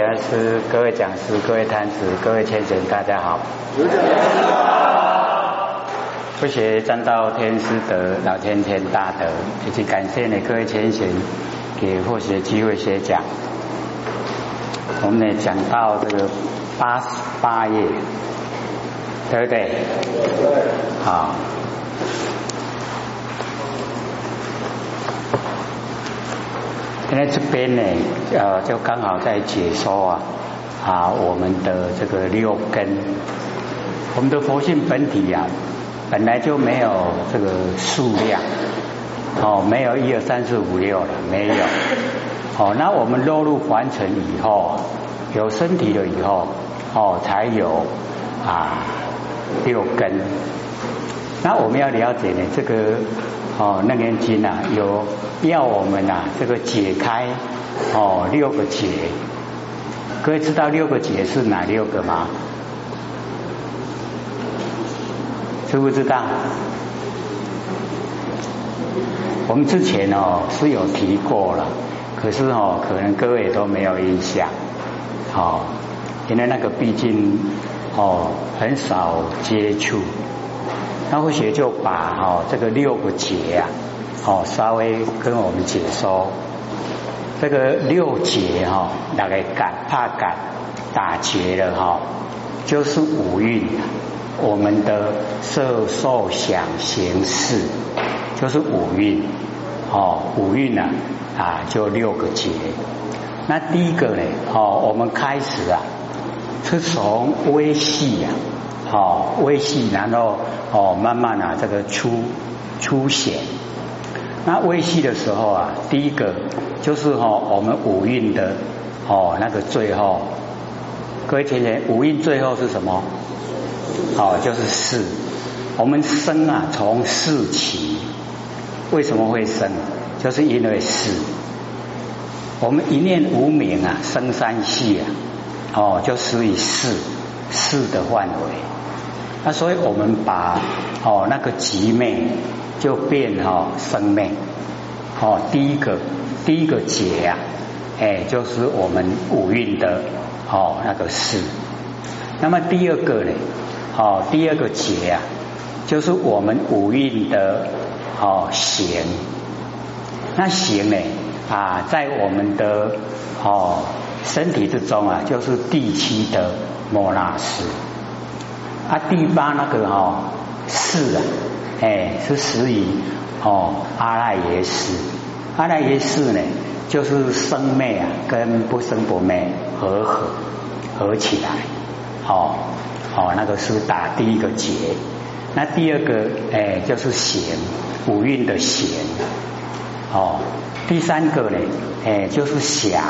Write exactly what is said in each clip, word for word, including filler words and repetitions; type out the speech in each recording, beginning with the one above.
恩师、各位讲师、各位坛子、各位虔诚，大家好。不学占道天师德，老天天大德，以及感谢呢各位虔诚给获学机会学讲。我们呢讲到这个八十八页，对不对？对。好。现在这边呢，呃，就刚好在解说啊啊我们的这个六根，我们的佛性本体啊，本来就没有这个数量，哦，没有一二三四五六了，没有，哦，那我们落入凡尘以后，有身体了以后，哦，才有啊六根。那我们要了解呢，这个哦楞严经啊，有要我们啊这个解开哦六个结。各位知道六个结是哪六个吗？知不知道？我们之前哦是有提过了，可是哦可能各位都没有印象，哦，因为那个毕竟哦很少接触。那慧学就把哦这个六个结啊，哦稍微跟我们解说。这个六结哈、哦，大概感怕感打结了哈、哦，就是五蕴，我们的色受想行识，就是五蕴哦，五蕴呢 啊, 啊就六个结。那第一个呢，哦我们开始啊是从微细啊。哦，微细，然后哦，慢慢啊，这个粗粗显。那微细的时候啊，第一个就是哦，我们五蕴的哦那个最后，各位听见五蕴最后是什么？哦，就是识。我们生啊，从识起，为什么会生？就是因为识。我们一念无明啊，生三系啊，哦，就属于识识的范围。那所以我们把哦那个极昧就变哦生昧，哦第一个第一个结啊，哎就是我们五蕴的哦那个识。那么第二个呢，哦第二个结啊，就是我们五蕴的哦行。那行呢啊，在我们的哦身体之中啊，就是第七的摩那识。啊，第八那个哦识啊，哎是始于哦阿赖耶识。阿赖耶识呢，就是生昧啊跟不生不昧合合合起来，哦哦那个是打第一个结。那第二个哎就是行，五蕴的行。哦，第三个呢，哎就是想，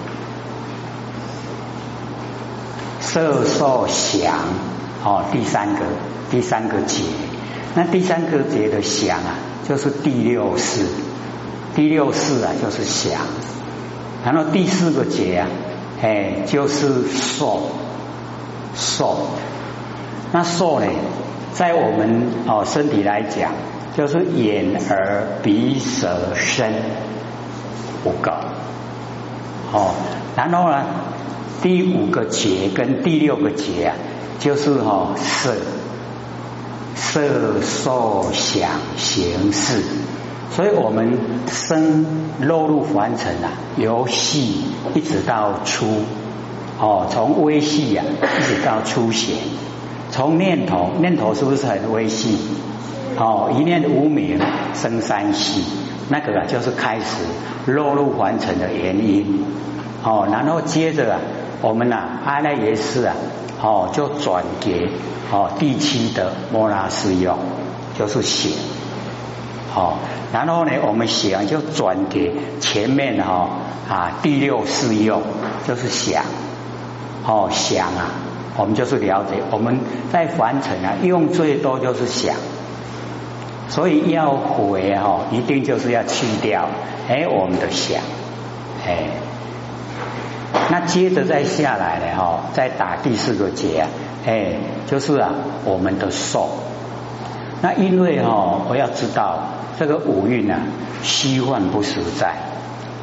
色受想。哦，第三个第三个结，那第三个结的想啊，就是第六识，第六识啊就是想，然后第四个结啊，哎就是受受，那受呢，在我们哦身体来讲，就是眼耳鼻舌身五个，哦，然后呢，第五个结跟第六个结啊。就是哦色色受想行识，所以我们生落入凡尘啊，由细一直到粗，哦，从微细啊一直到粗显，从念头，念头是不是很微细？哦，一念无明生三系，那个啊就是开始落入凡尘的原因。哦，然后接着啊，我们啊阿赖耶识啊。哦，就转给哦第七的摩那识用，就是显。哦，然后呢，我们显就转给前面哈、哦、啊第六识用，就是想。哦，想啊，我们就是了解我们在凡尘啊用最多就是想，所以要回哈、哦，一定就是要去掉哎我们的想，哎。那接着再下来呢，哈，再打第四个结啊，哎，就是啊，我们的受。那因为哈、哦，我要知道这个五蕴啊，虚幻不实在，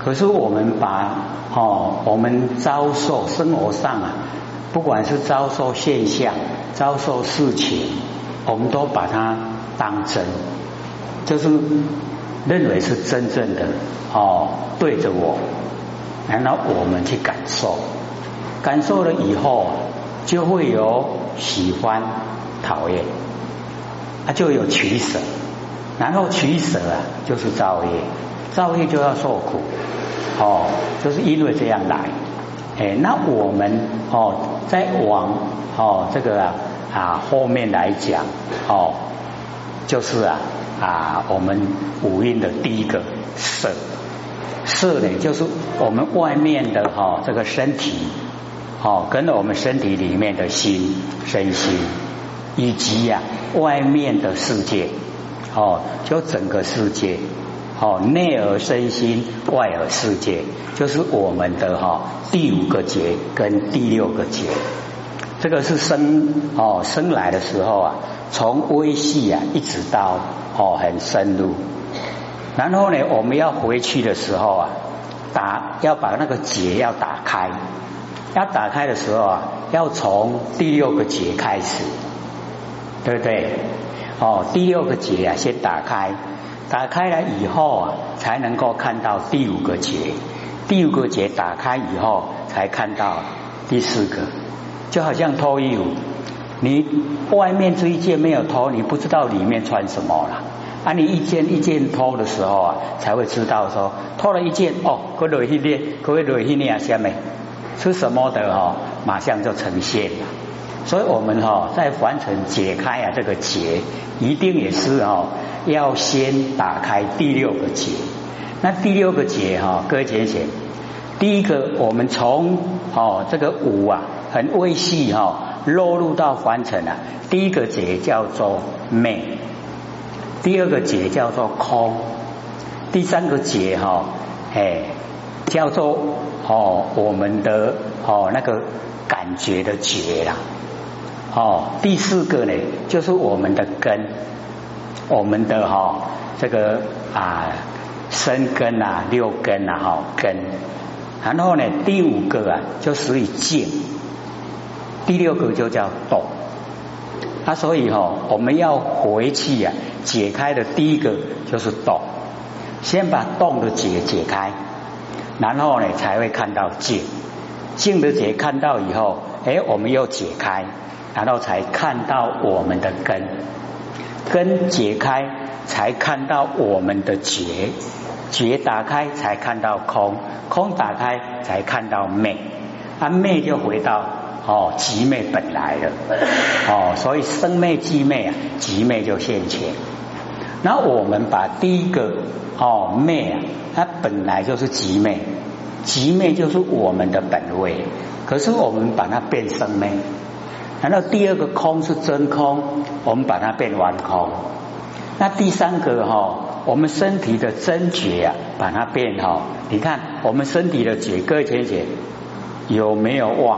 可是我们把哦，我们遭受生活上啊，不管是遭受现象、遭受事情，我们都把它当真，就是认为是真正的哦，对着我，然后我们去感受，感受了以后就会有喜欢、讨厌，啊，就有取舍，然后取舍啊，就是造业，造业就要受苦，哦，就是因为这样来，哎，那我们哦，再往哦这个啊啊后面来讲，哦，就是啊啊我们五蕴的第一个色，色呢就是我们外面的哈、哦、这个身体，哦，跟我们身体里面的心身心，以及呀、啊、外面的世界，哦，就整个世界。哦，内而身心，外而世界，就是我们的哈、哦、第五个劫跟第六个劫。这个是生哦生来的时候啊，从微细啊一直到哦很深入。然后呢，我们要回去的时候啊，打要把那个结要打开，要打开的时候啊，要从第六个结开始，对不对？哦，第六个结啊，先打开。打开了以后啊，才能够看到第五个结。第五个结打开以后，才看到第四个。就好像脱衣服，你外面这一件没有脱，你不知道里面穿什么了。啊，你一件一件脱的时候啊，才会知道说脱了一件哦，可落一件，可落一件下面是什么的哦，马上就呈现了。所以我们哈、哦、在完成解开啊这个结，一定也是哦要先打开第六个结。那第六个结哈、哦，各位浅显，第一个我们从哦这个无啊很微细哈、哦、落入到凡尘啊，第一个结叫做昧，第二个结叫做空，第三个结哈、哦、哎叫做哦我们的哦那个感觉的结啦。哦，第四个呢，就是我们的根，我们的哈、哦、这个啊身根啊六根啊哈、哦、根，然后呢第五个啊就属于静，第六个就叫动。啊，所以哈、哦、我们要回去啊解开的第一个就是动，先把动的结解开，然后呢才会看到静，静的结看到以后，哎，我们又解开。然后才看到我们的根，根解开才看到我们的结，结打开才看到空，空打开才看到昧，啊昧就回到哦极昧本来了，哦所以生昧寂昧啊，极昧就现前。然后我们把第一个哦昧啊，它本来就是极昧，极昧就是我们的本位，可是我们把它变生昧。然后第二个空是真空，我们把它变完空。那第三个哈、哦，我们身体的真觉啊，把它变哈、哦。你看我们身体的觉，各位浅显有没有妄？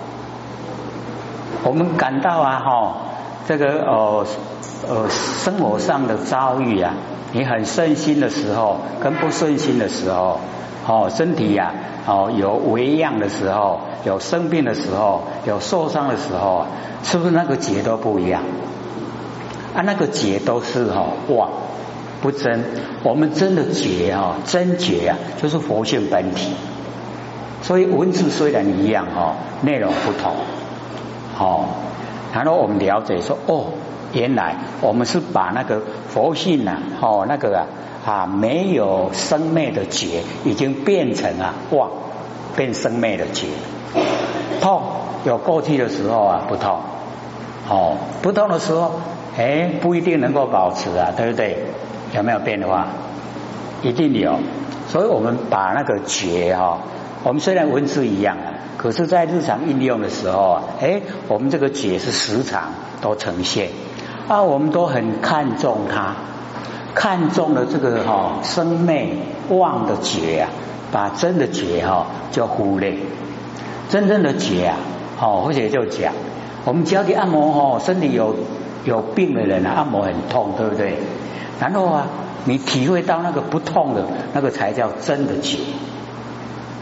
我们感到啊哈、哦，这个呃呃生活上的遭遇啊，你很顺心的时候，跟不顺心的时候，哦身体呀、啊，哦有微恙的时候。有生病的时候，有受伤的时候，是不是那个结都不一样？啊，那个结都是哈、哦、妄不真。我们真的觉哈、哦，真觉啊，就是佛性本体。所以文字虽然一样哈、哦，内容不同。哦，然后我们了解说，哦，原来我们是把那个佛性啊，哦那个啊啊没有生灭的觉，已经变成啊妄，变生灭的觉。痛有过去的时候啊不痛，哦不痛的时候，哎不一定能够保持啊，对不对？有没有变化？一定有。所以我们把那个觉哈、哦，我们虽然文字一样啊，可是在日常应用的时候啊，哎我们这个觉是时常都呈现啊，我们都很看重它，看重了这个哈、哦、生灭妄的觉啊，把真的觉哈、哦、就忽略。真正的觉啊，哦，或者就讲，我们只要去按摩哦，身体有有病的人啊，按摩很痛，对不对？然后啊，你体会到那个不痛的，那个才叫真的觉。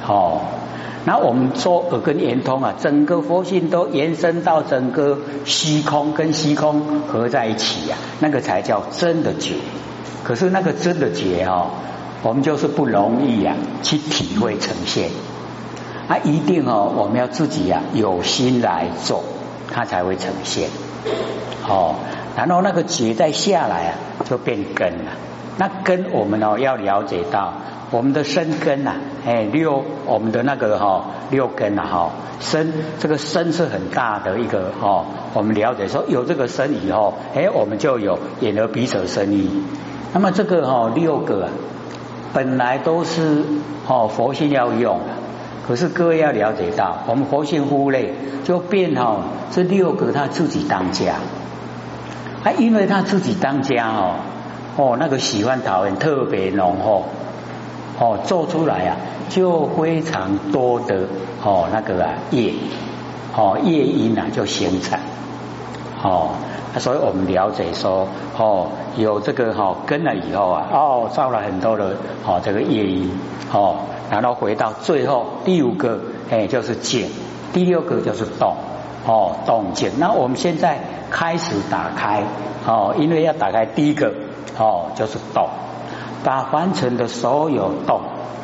哦。那我们做耳根圆通啊，整个佛性都延伸到整个虚空，跟虚空合在一起啊，那个才叫真的觉。可是那个真的觉哦，我们就是不容易啊去体会呈现啊，一定哦，我们要自己啊有心来做，它才会呈现哦。然后那个觉再下来啊，就变根了。那根我们哦要了解到。我们的身根呐、啊，哎，六我们的那个哈、哦、六根呐、啊、哈，身这个身是很大的一个哦，我们了解说有这个身以后，哎，我们就有眼耳鼻舌身意。那么这个哈、哦、六个啊，本来都是哦佛性要用，可是各位要了解到，我们佛性忽略，就变哦这六个他自己当家，啊，因为他自己当家哦，哦那个喜欢讨厌特别浓厚。哦，做出来啊，就非常多的哦，那个啊业，哦业因啊就形成，哦，所以我们了解说，哦有这个哈、哦、根了以后啊，哦造了很多的哦这个业因，哦，然后回到最后第五个，哎就是静，第六个就是动，哦动静。那我们现在开始打开，哦，因为要打开第一个，哦就是动。把凡尘的所有动，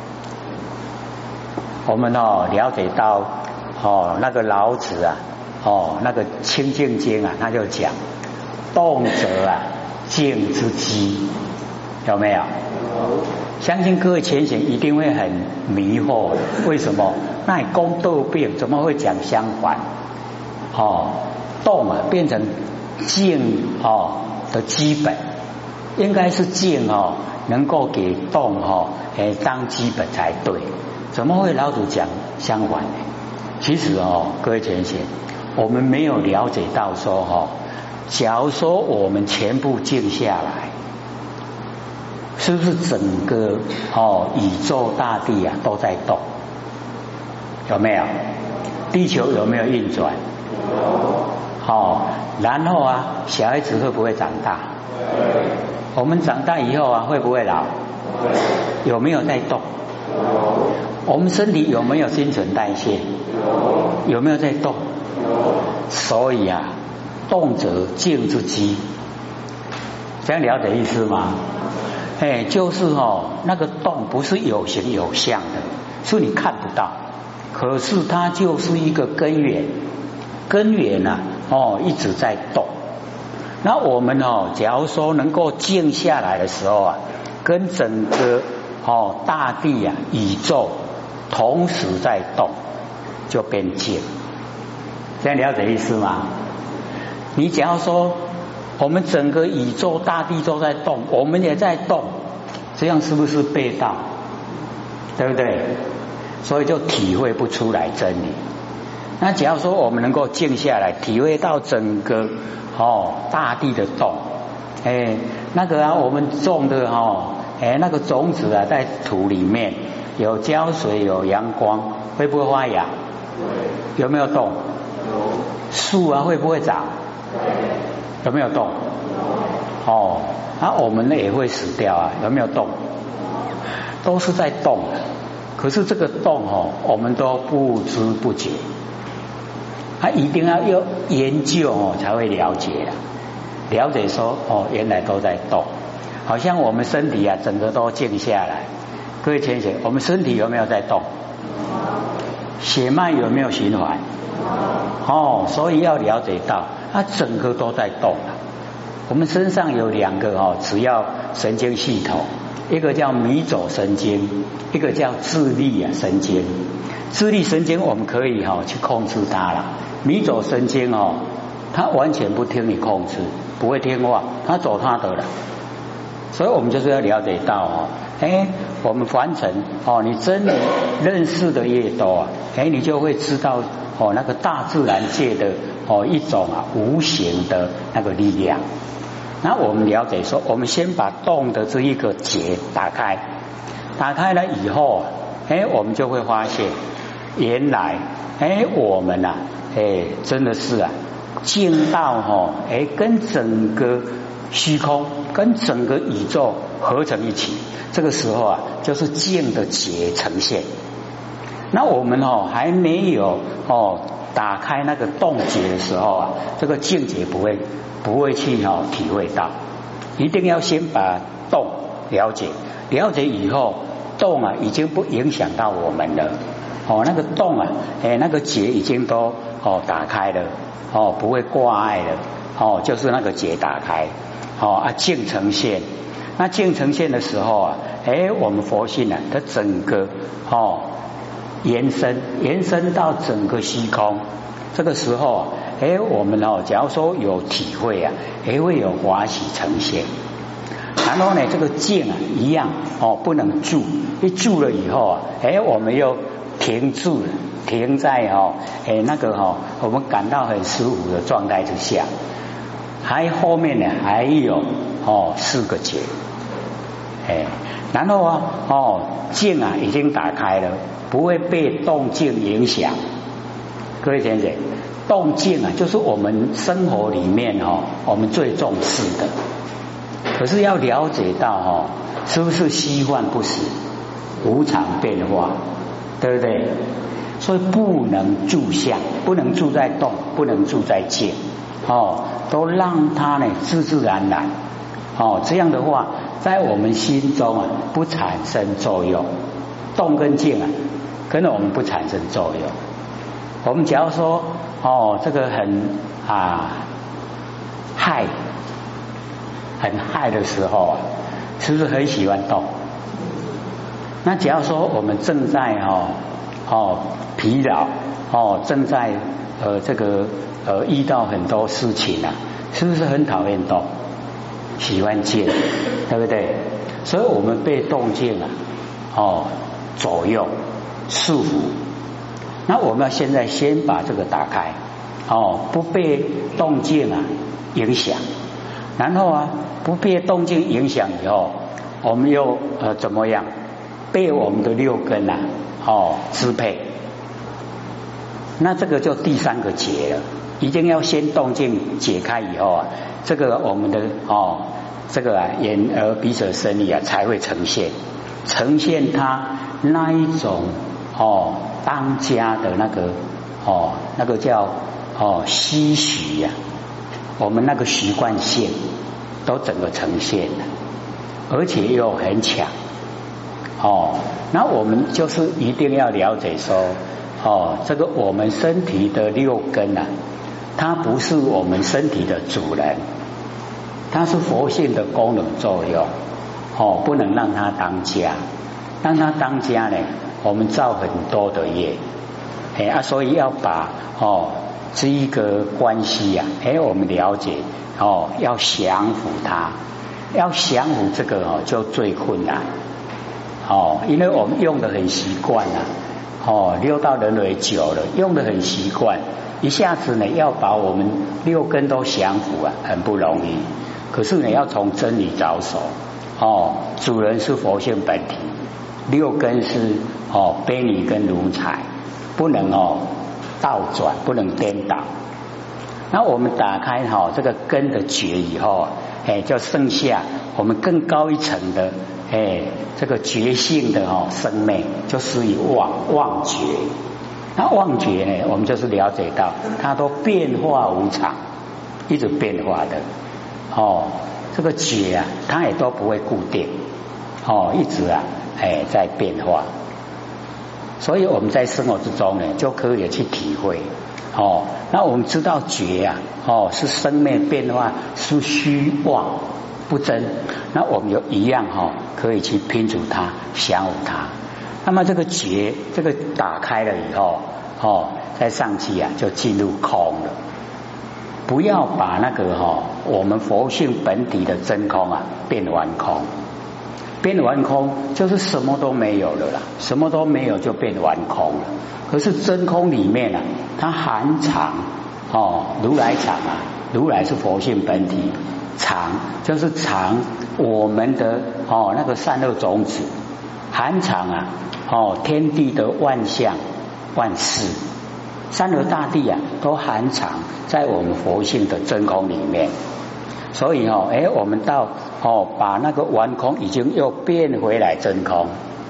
我们哦了解到哦那个老子啊，哦那个清净经啊，他就讲动者啊静之机，有没有？相信各位前贤一定会很迷惑，为什么？那你宫斗病怎么会讲相反？哦，动啊变成静哦的基本，应该是静哦。能够给动哈，哎当基本才对，怎么会老子讲相反呢？其实哦，各位前贤，我们没有了解到说哈，假如说我们全部静下来，是不是整个哦宇宙大地啊都在动？有没有？地球有没有运转？有。好，然后啊，小孩子会不会长大？我们长大以后啊，会不会老？有没有在动？我们身体有没有新陈代谢？有没有在动？所以啊，动者静之机，这样了解意思吗？哎，就是哦，那个动不是有形有相的，是你看不到，可是它就是一个根源，根源啊，哦一直在动。那我们哦，假如说能够静下来的时候啊，跟整个哦大地啊、宇宙同时在动，就变静。这样了解意思吗？你假如说我们整个宇宙大地都在动，我们也在动，这样是不是背道？对不对？所以就体会不出来真理。那假如说我们能够静下来，体会到整个哦大地的动，哎，那个啊，我们种的哦，哎，那个种子啊，在土里面有浇水，有阳光，会不会发芽？有没有动？有。树啊，会不会长？有没有动？哦，那、啊、我们呢也会死掉啊，有没有动？都是在动，可是这个动哦，我们都不知不觉。他一定要有研究哦，才会了解了。了解说哦，原来都在动，好像我们身体啊，整个都静下来。各位前贤，我们身体有没有在动？血脉有没有循环？哦，所以要了解到，它整个都在动。我们身上有两个哦，只要神经系统，一个叫迷走神经，一个叫自律啊神经。自律神经我们可以哈、哦、去控制它了，迷走神经哦，它完全不听你控制，不会听话，它走它的了。所以我们就是要了解到哦，哎，我们凡尘哦，你真的认识的越多啊，哎，你就会知道哦，那个大自然界的哦一种啊无形的那个力量。那我们了解说，我们先把动的这一个结打开，打开了以后，哎，我们就会发现，原来哎我们呐、啊，哎真的是啊，静到哈，哎跟整个虚空跟整个宇宙合成一起，这个时候啊，就是静的结呈现。 那我们哦还没有哦打开那个洞觉的时候啊，这个境界不会不会去哦体会到，一定要先把洞了解，了解以后洞啊已经不影响到我们了。哦，那个洞啊，哎，那个结已经都哦打开了，哦，不会挂碍了，哦，就是那个结打开，哦啊，境呈现。那境呈现的时候啊，哎，我们佛性啊，它整个哦延伸延伸到整个虚空，这个时候啊，哎，我们哦，假如说有体会啊，也会有华喜呈现。然后呢，这个境啊一样哦，不能住，一住了以后啊，哎，我们又停住了，停在哦，哎那个哦，我们感到很舒服的状态之下，还后面呢还有哦四个结，哎，然后啊哦境啊已经打开了，不会被动静影响。各位先生，动静啊就是我们生活里面哦我们最重视的，可是要了解到哦是不是虚幻不实，无常变化。对不对？所以不能住相，不能住在动，不能住在静，哦，都让它呢自自然然，哦，这样的话，在我们心中啊不产生作用，动跟静啊，跟着我们不产生作用。我们假如说哦，这个很啊害，很害的时候啊，是不是很喜欢动？那假如说我们正在哦哦疲劳哦，正在呃这个呃遇到很多事情啊，是不是很讨厌动？喜欢静，对不对？所以我们被动静啊哦左右束缚。那我们要现在先把这个打开哦，不被动静啊影响，然后啊不被动静影响以后，我们又呃怎么样？被我们的六根啊，哦支配，那这个就第三个结了。一定要先动静解开以后啊，这个我们的哦这个啊眼耳鼻舌身意啊才会呈现，呈现它那一种哦当家的那个哦那个叫哦吸许呀，我们那个习惯性都整个呈现了，而且又很强。哦，那我们就是一定要了解说，哦，这个我们身体的六根啊，它不是我们身体的主人，它是佛性的功能作用，哦，不能让它当家，让它当家呢，我们造很多的业，哎啊，所以要把哦这一个关系啊，哎，我们了解哦，要降服它，要降服这个哦，就最困难。哦，因为我们用的很习惯啊，哦，六道轮回久了，用的很习惯，一下子呢要把我们六根都降服啊，很不容易。可是呢，要从真理着手，哦，主人是佛性本体，六根是哦悲悯跟奴才，不能哦倒转，不能颠倒。那我们打开哈、哦、这个根的觉以后，哎，就剩下我们更高一层的。哎，这个觉性的哦生命就属于妄妄觉。那妄觉呢，我们就是了解到它都变化无常，一直变化的哦。这个觉啊，它也都不会固定哦，一直啊哎在变化。所以我们在生活之中呢，就可以去体会哦。那我们知道觉啊哦是生命变化，是虚妄。不真，那我们有一样哈、哦，可以去拼除它，降服它。那么这个觉，这个打开了以后，哦，再上去啊，就进入空了。不要把那个哈、哦，我们佛性本体的真空啊，变完空。变完空就是什么都没有了啦，什么都没有就变完空了。可是真空里面啊，它含藏哦，如来藏啊，如来是佛性本体。藏就是藏我们的哦那个善恶种子，含藏啊哦天地的万象万事，山河大地啊都含藏在我们佛性的真空里面。所以哦哎我们到哦把那个完空已经又变回来真空，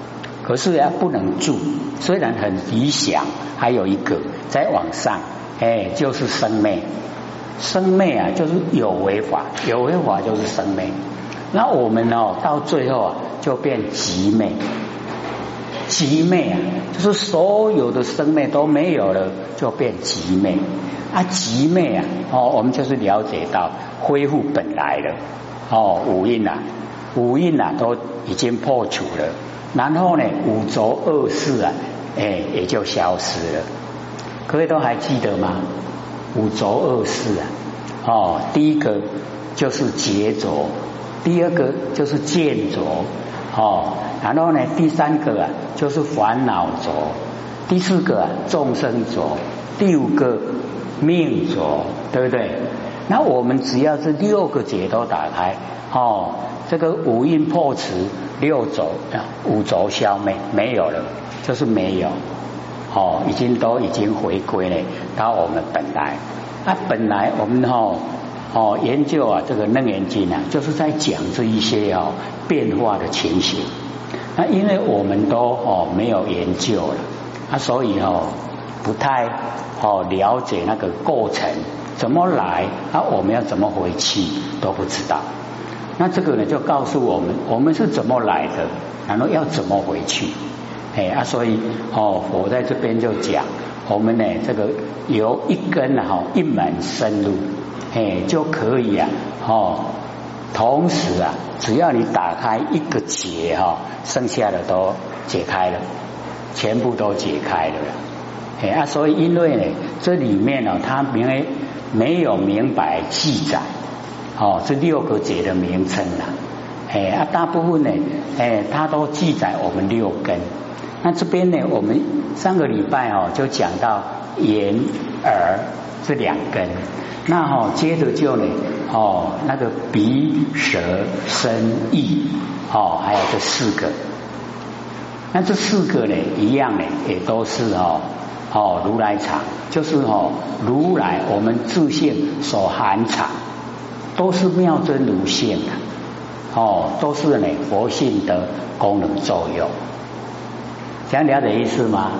可是呀不能住，虽然很理想，还有一个再往上，哎，就是生灭。生灭啊，就是有为法，有为法就是生灭。那我们哦，到最后啊，就变极灭。极灭啊，就是所有的生灭都没有了，就变极灭。啊，极灭啊，哦，我们就是了解到恢复本来了。哦，五蕴啊，五蕴啊都已经破除了，然后呢，五浊恶世啊，哎，也就消失了。各位都还记得吗？五浊恶世啊，哦，第一个就是劫浊，第二个就是见浊，哦，然后呢，第三个啊就是烦恼浊，第四个啊众生浊，第五个命浊，对不对？那我们只要是六个劫都打开，哦，这个五蕴破除，六浊啊五浊消灭没有了，就是没有。哦，已经都已经回归了到我们本来。啊，本来我们哦哦研究啊这个楞严经啊，就是在讲这一些哦变化的情形。那因为我们都哦没有研究了啊，所以哦不太哦了解那个过程怎么来啊，我们要怎么回去都不知道。那这个呢就告诉我们，我们是怎么来的，然后要怎么回去。哎啊，所以哦，我在这边就讲，我们呢这个由一根啊，一门深入，哎就可以啊，哦，同时啊，只要你打开一个结哈，剩下的都解开了，全部都解开了。哎啊，所以因为呢，这里面呢、哦，它没没有明白记载哦，这六个结的名称啦。哎啊，大部分呢，哎，它都记载我们六根。那这边呢，我们上个礼拜哦就讲到眼、耳这两根，那哦接着就呢哦那个鼻、舌、身、意哦还有这四个，那这四个呢一样呢也都是哦哦如来藏，就是哦如来我们自性所含藏，都是妙真如性的哦，都是呢佛性的功能作用。这样了解意思吗？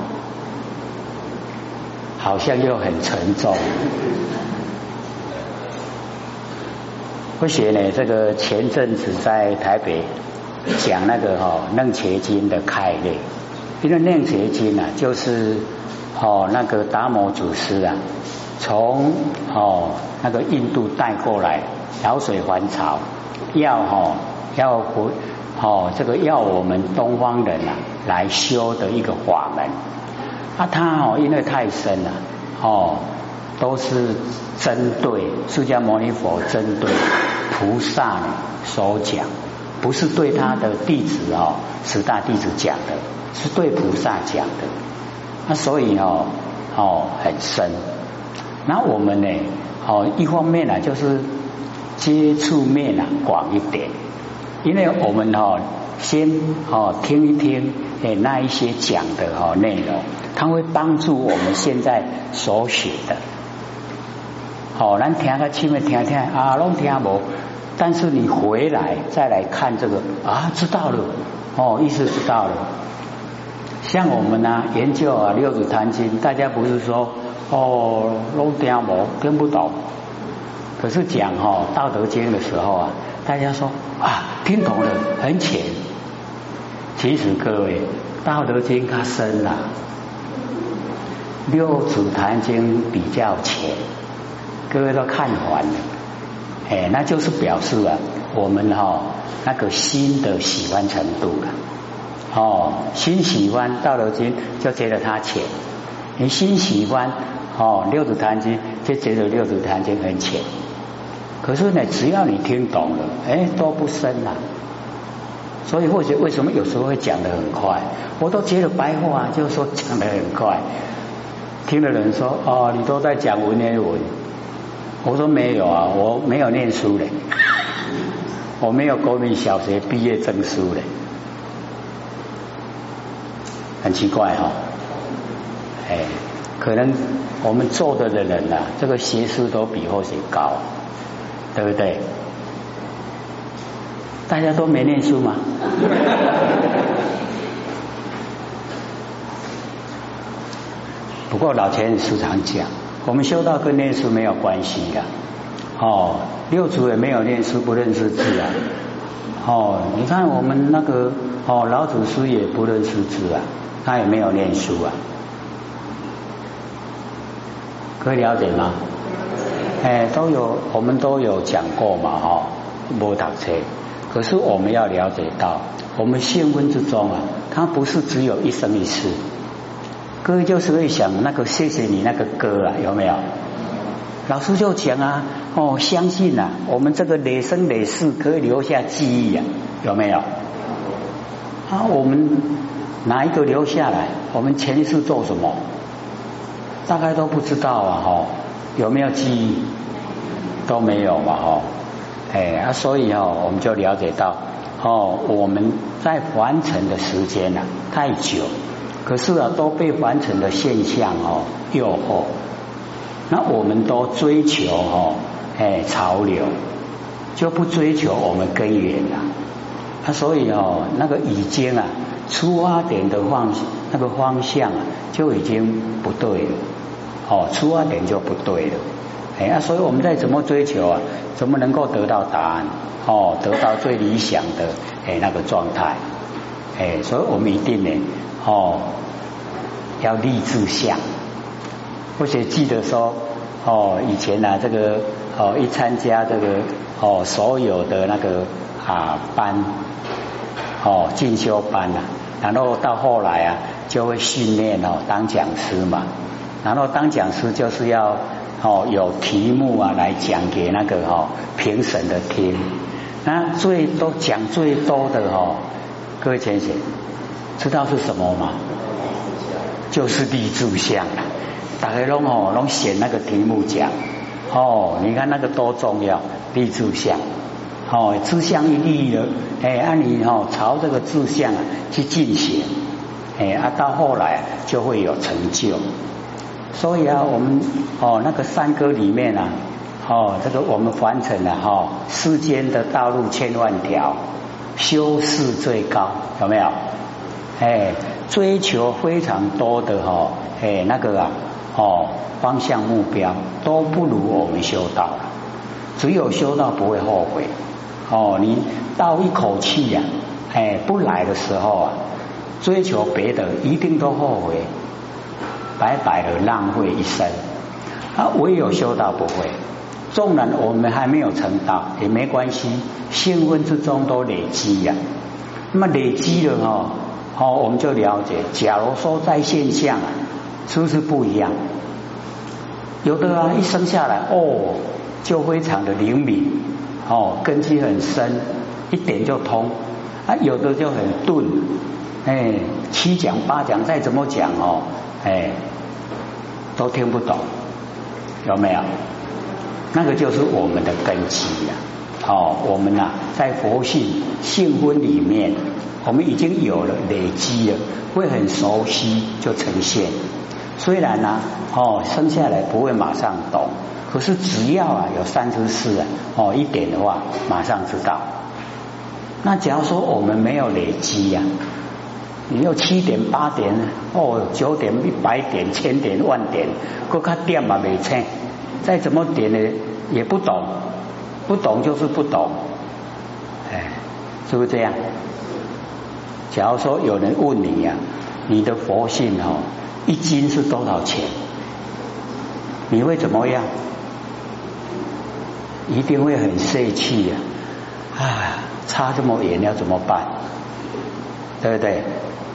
好像又很沉重。不学呢，这个前阵子在台北讲那个哦楞伽经的开列，因为楞伽经啊，就是哦那个达摩祖师啊，从哦那个印度带过来，潮水还潮，要哦要回。哦，这个要我们东方人啊来修的一个法门啊，它哦因为太深了哦，都是针对释迦牟尼佛针对菩萨所讲，不是对他的弟子哦十大弟子讲的，是对菩萨讲的。那所以哦哦很深。那我们呢哦一方面呢、啊、就是接触面啊广一点。因为我们哦，先哦听一听诶那一些讲的哦内容，它会帮助我们现在所学的。哦，咱听个前面听听啊，拢听无，但是你回来再来看这个啊，知道了哦，意思知道了。像我们呢、啊、研究啊六祖坛经，大家不是说哦拢听无听不懂，可是讲哦道德经的时候啊。大家说啊，听懂了，很浅。其实各位，道德经它深了、啊，六祖坛经比较浅，各位都看完了，哎，那就是表示啊，我们哈、哦、那个心的喜欢程度了。哦，心喜欢道德经，就觉得它浅；你心喜欢哦六祖坛经，就觉得六祖坛经很浅。可是呢，只要你听懂了，哎，都不深啦、啊。所以或许为什么有时候会讲得很快，我都觉得白话就是说讲得很快。听的人说哦，你都在讲文言文，我说没有啊，我没有念书嘞，我没有国民小学毕业证书嘞，很奇怪哈、哦。哎，可能我们做的的人啊，这个学识都比或许高。对不对？大家都没念书吗？ 不过老前时常讲，我们修道跟念书没有关系的。哦，六祖也没有念书，不认识字啊。哦，你看我们那个哦，老祖师也不认识字啊，他也没有念书啊。可以了解吗？哎，都有，我们都有讲过嘛，哈、哦，没读册。可是我们要了解到，我们现婚之中啊，它不是只有一生一世。各位就是会想那个谢谢你那个歌啊，有没有？老师就讲啊，哦，相信啊，我们这个累生累世可以留下记忆啊，有没有？啊，我们哪一个留下来？我们前一世做什么？大概都不知道啊，哈、哦，有没有记忆？都没有嘛，哈、哦，哎啊，所以哦，我们就了解到，哦，我们在凡尘的时间啊太久，可是啊都被凡尘的现象哦诱惑。那我们都追求哦，哎，潮流，就不追求我们根源了。啊，所以哦，那个已经啊，出发点的方那个方向啊，就已经不对了。哦，出发点就不对了。哎啊，所以我们再怎么追求啊，怎么能够得到答案？哦，得到最理想的哎那个状态。哎，所以我们一定呢，哦，要立志向。或者记得说，哦，以前呢、啊，这个哦，一参加这个哦，所有的那个啊班，哦，进修班啊，然后到后来啊，就会训练哦，当讲师嘛。然后当讲师就是要哦有题目啊来讲给那个哦评审的听。那最多讲最多的哦，各位先生知道是什么吗？就是立志向啊。大家拢哦，拢选那个题目讲哦，你看那个多重要，立志向哦，志向一立了，哎，按、啊、你哦朝这个志向啊去进行，哎啊，到后来就会有成就。所以啊，我们哦那个山歌里面啊，哦这个我们凡尘啊哈、哦，世间的道路千万条，修士最高，有没有？哎，追求非常多的哈、哦，哎那个啊。哦，方向目标都不如我们修道了，只有修道不会后悔。哦，你到一口气呀、啊，哎，不来的时候啊，追求别的一定都后悔，白白的浪费一生。啊，唯有修道不会。纵然我们还没有成道也没关系，现婚之中都累积呀、啊。那么累积了哦，哦，我们就了解，假如说在现象啊。是不是不一样？有的啊，一生下来哦，就非常的灵敏，哦，根基很深，一点就通啊。有的就很钝，哎，七讲八讲，再怎么讲哦，哎，都听不懂，有没有？那个就是我们的根基呀、啊。哦，我们啊，在佛性性婚里面，我们已经有了累积了，会很熟悉，就呈现。虽然呢、啊，哦，生下来不会马上懂，可是只要啊有三知识啊，哦一点的话，马上知道。那假如说我们没有累积呀、啊，你有七点八点，哦九点一百点千点万点，各卡点嘛没清，再怎么点呢也不懂，不懂就是不懂，哎，是不是这样？假如说有人问你呀、啊，你的佛性哦。一斤是多少钱？你会怎么样？一定会很泄气呀、啊！啊，差这么远要怎么办？对不对？